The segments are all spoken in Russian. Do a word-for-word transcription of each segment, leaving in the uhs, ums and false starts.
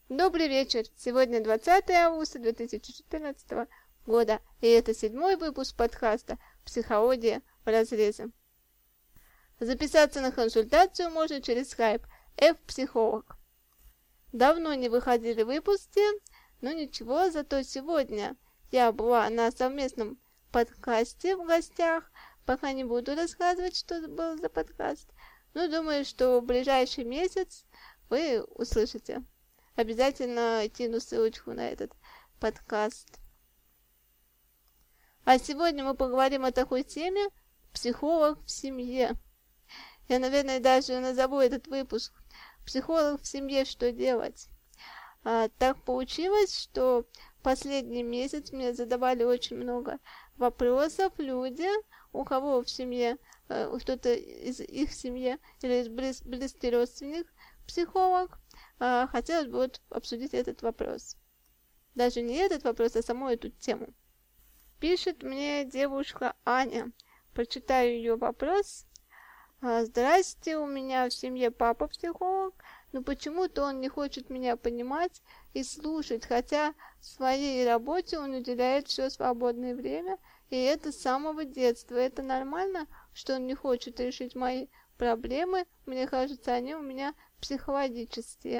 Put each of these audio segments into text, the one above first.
Добрый вечер. Сегодня двадцатое августа две тысячи четырнадцатого года, и это седьмой выпуск подкаста «Психология в разрезе». Записаться на консультацию можно через Skype F-психолог. Давно не выходили выпуски, но ничего, зато сегодня я была на совместном подкасте в гостях. Пока не буду рассказывать, что был за подкаст, но думаю, что в ближайший месяц вы услышите. Обязательно кину ссылочку на этот подкаст. А сегодня мы поговорим о такой теме «Психолог в семье». Я, наверное, даже назову этот выпуск «Психолог в семье. Что делать?». А, так получилось, что последний месяц мне задавали очень много вопросов люди, у кого в семье, кто-то из их семьи или из близ, близких родственников психолог. А, хотелось бы вот обсудить этот вопрос. Даже не этот вопрос, а саму эту тему. Пишет мне девушка Аня. Прочитаю ее вопрос. А, Здрасте, у меня в семье папа психолог, но почему-то он не хочет меня понимать и слушать, хотя своей работе он уделяет все свободное время, и это с самого детства. Это нормально, что он не хочет решить мои проблемы? Мне кажется, они у меня психологические.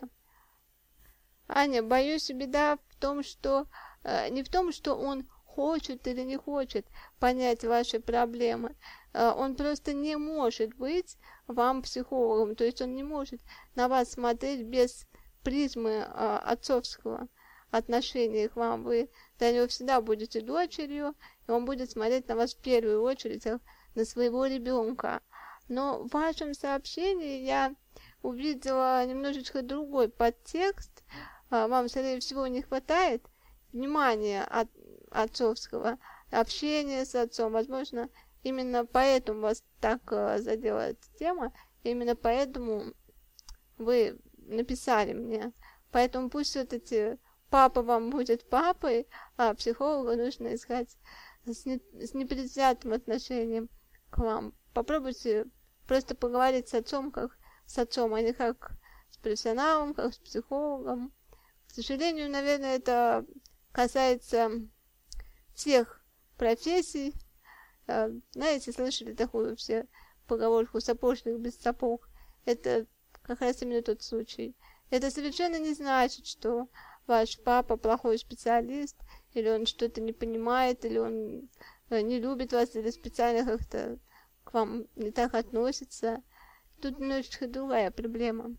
Аня, боюсь, беда в том, что э, не в том, что он хочет или не хочет понять ваши проблемы. Э, он просто не может быть вам психологом. То есть он не может на вас смотреть без призмы э, отцовского отношения к вам. Вы для него всегда будете дочерью, и он будет смотреть на вас в первую очередь, как на своего ребенка. Но в вашем сообщении я увидела немножечко другой подтекст. Вам, скорее всего, не хватает внимания от отцовского общения с отцом. Возможно, именно поэтому вас так задела эта тема. Именно поэтому вы написали мне. Поэтому пусть все-таки папа вам будет папой, а психолога нужно искать с, не, с непредвзятым отношением к вам. Попробуйте просто поговорить с отцом, как с отцом, а не как с профессионалом, как с психологом. К сожалению, наверное, это касается всех профессий. Знаете, слышали такую все поговорку «сапожник без сапог». Это как раз именно тот случай. Это совершенно не значит, что ваш папа плохой специалист, или он что-то не понимает, или он не любит вас, или специально как-то к вам не так относится. Тут немножечко другая проблема.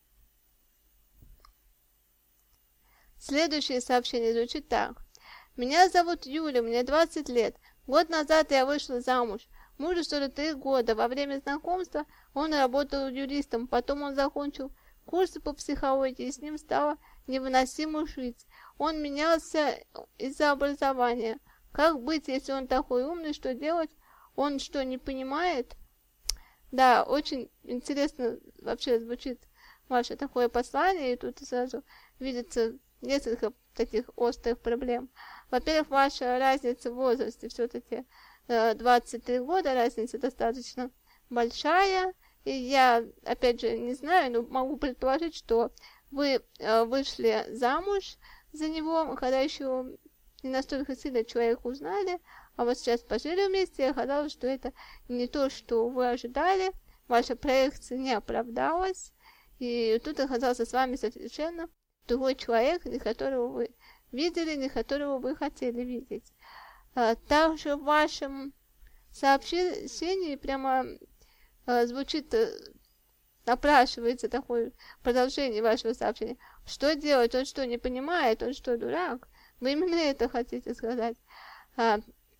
Следующее сообщение звучит так. Меня зовут Юля, мне двадцать лет. Год назад я вышла замуж. Мужу сорок три года. Во время знакомства он работал юристом. Потом он закончил курсы по психологии, и с ним стало невыносимо жить. Он менялся из-за образования. Как быть, если он такой умный, что делать? Он что, не понимает? Да, очень интересно вообще звучит ваше такое послание, и тут сразу видится несколько таких острых проблем. Во-первых, ваша разница в возрасте все-таки двадцать три года, разница достаточно большая, и я, опять же, не знаю, но могу предположить, что вы вышли замуж за него, когда еще не настолько сильно человека узнали, а вот сейчас пожили вместе, и оказалось, что это не то, что вы ожидали, ваша проекция не оправдалась, и тут оказался с вами совершенно другой человек, не которого вы видели, не которого вы хотели видеть. А, также в вашем сообщении прямо а, звучит, напрашивается такое продолжение вашего сообщения. Что делать? Он что, не понимает? Он что, дурак? Вы именно это хотите сказать? А,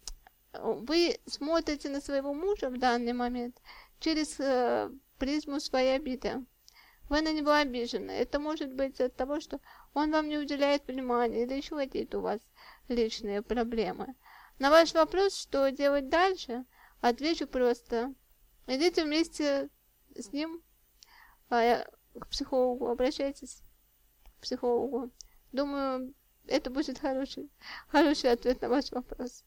вы смотрите на своего мужа в данный момент через э, призму своей обиды. Вы на него обижены. Это может быть от того, что он вам не уделяет внимания, или еще какие-то у вас личные проблемы. На ваш вопрос, что делать дальше, отвечу просто. Идите вместе с ним а, к психологу, обращайтесь к психологу. Думаю, это будет хороший, хороший ответ на ваш вопрос.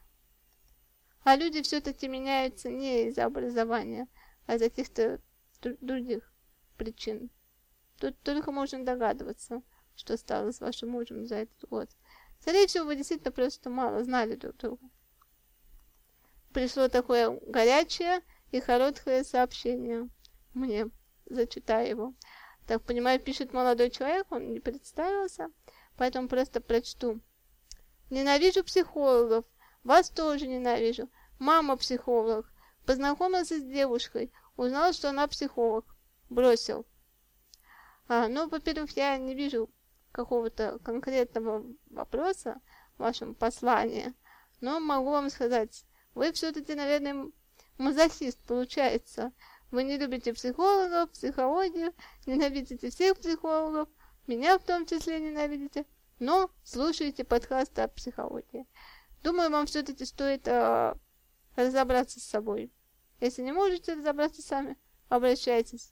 А люди все-таки меняются не из-за образования, а из-за каких-то других причин. Тут только можно догадываться, что стало с вашим мужем за этот год. Скорее всего, вы действительно просто мало знали друг друга. Пришло такое горячее и короткое сообщение мне. Зачитаю его. Так понимаю, пишет молодой человек, он не представился, поэтому просто прочту. Ненавижу психологов, вас тоже ненавижу. Мама психолог. Познакомился с девушкой, узнал, что она психолог. Бросил. А, ну, во-первых, я не вижу какого-то конкретного вопроса в вашем послании, но могу вам сказать, вы все-таки, наверное, мазохист, получается. Вы не любите психологов, психологию, ненавидите всех психологов, меня в том числе ненавидите, но слушаете подкасты о психологии. Думаю, вам все-таки стоит э, разобраться с собой. Если не можете разобраться сами, обращайтесь.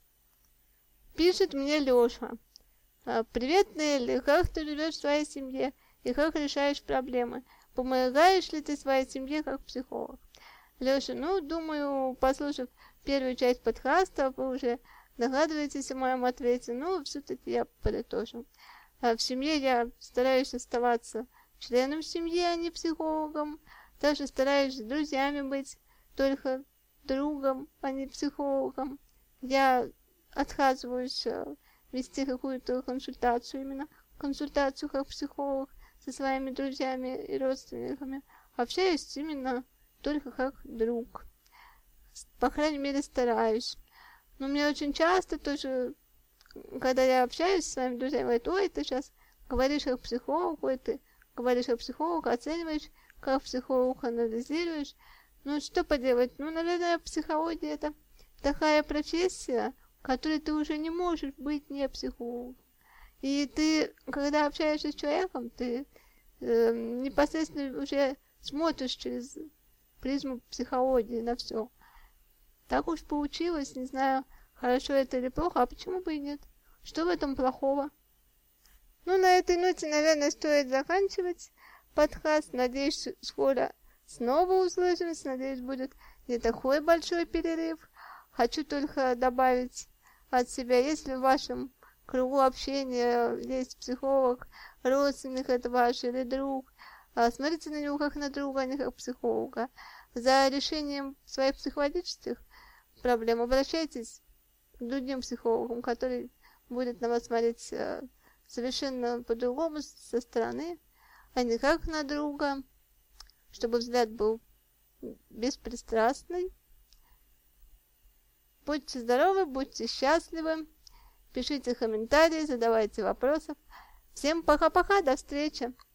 Пишет мне Леша. Привет, Нелли, как ты живешь в своей семье и как решаешь проблемы? Помогаешь ли ты своей семье как психолог? Леша, ну, думаю, послушав первую часть подкаста, вы уже догадываетесь о моем ответе, но все-таки я подытожу. В семье я стараюсь оставаться членом семьи, а не психологом. Также стараюсь с друзьями быть только другом, а не психологом. Я отказываюсь вести какую-то консультацию, именно консультацию как психолог со своими друзьями и родственниками. Общаюсь именно только как друг. По крайней мере, стараюсь. Но мне очень часто тоже, когда я общаюсь с своими друзьями, говорят, ой, ты сейчас говоришь как психолог, ой, ты говоришь как психолог, оцениваешь как психолог, анализируешь. Ну, что поделать? Ну, наверное, психология — это такая профессия, в которой ты уже не можешь быть не психологом. И ты, когда общаешься с человеком, ты э, непосредственно уже смотришь через призму психологии на все. Так уж получилось, не знаю, хорошо это или плохо, а почему бы и нет? Что в этом плохого? Ну, на этой ноте, наверное, стоит заканчивать подкаст. Надеюсь, скоро снова услышимся. Надеюсь, будет не такой большой перерыв. Хочу только добавить от себя, если в вашем кругу общения есть психолог, родственник это ваш или друг, смотрите на него как на друга, а не как психолога. За решением своих психологических проблем обращайтесь к другим психологам, которые будут на вас смотреть совершенно по-другому со стороны, а не как на друга, чтобы взгляд был беспристрастный. Будьте здоровы, будьте счастливы, пишите комментарии, задавайте вопросы. Всем пока-пока, до встречи!